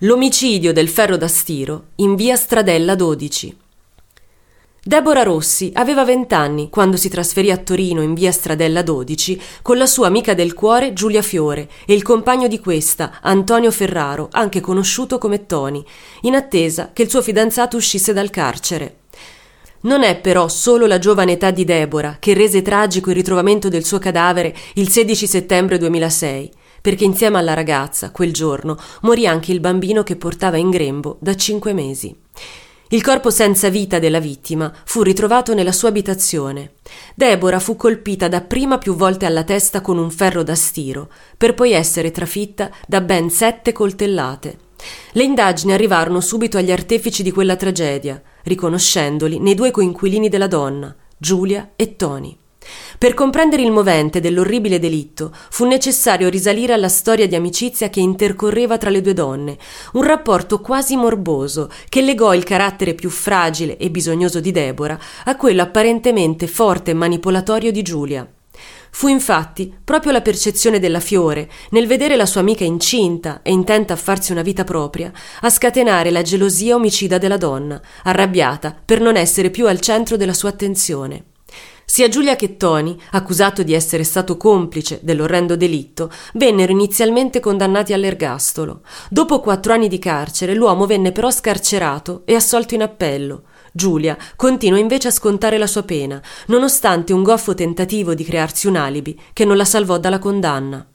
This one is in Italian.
L'omicidio del ferro da stiro in via Stradella 12. Deborah Rossi aveva 20 anni quando si trasferì a Torino in via Stradella 12 con la sua amica del cuore Giulia Fiore e il compagno di questa, Antonio Ferraro, anche conosciuto come Tony, in attesa che il suo fidanzato uscisse dal carcere. Non è però solo la giovane età di Deborah che rese tragico il ritrovamento del suo cadavere il 16 settembre 2006, perché insieme alla ragazza, quel giorno, morì anche il bambino che portava in grembo da 5 mesi. Il corpo senza vita della vittima fu ritrovato nella sua abitazione. Deborah fu colpita dapprima più volte alla testa con un ferro da stiro, per poi essere trafitta da ben 7 coltellate. Le indagini arrivarono subito agli artefici di quella tragedia, riconoscendoli nei 2 coinquilini della donna, Giulia e Tony. Per comprendere il movente dell'orribile delitto fu necessario risalire alla storia di amicizia che intercorreva tra le 2 donne, un rapporto quasi morboso che legò il carattere più fragile e bisognoso di Deborah a quello apparentemente forte e manipolatorio di Giulia. Fu infatti proprio la percezione della Fiore, nel vedere la sua amica incinta e intenta a farsi una vita propria, a scatenare la gelosia omicida della donna, arrabbiata per non essere più al centro della sua attenzione. Sia Giulia che Tony, accusato di essere stato complice dell'orrendo delitto, vennero inizialmente condannati all'ergastolo. Dopo 4 anni di carcere, l'uomo venne però scarcerato e assolto in appello. Giulia continua invece a scontare la sua pena, nonostante un goffo tentativo di crearsi un alibi che non la salvò dalla condanna.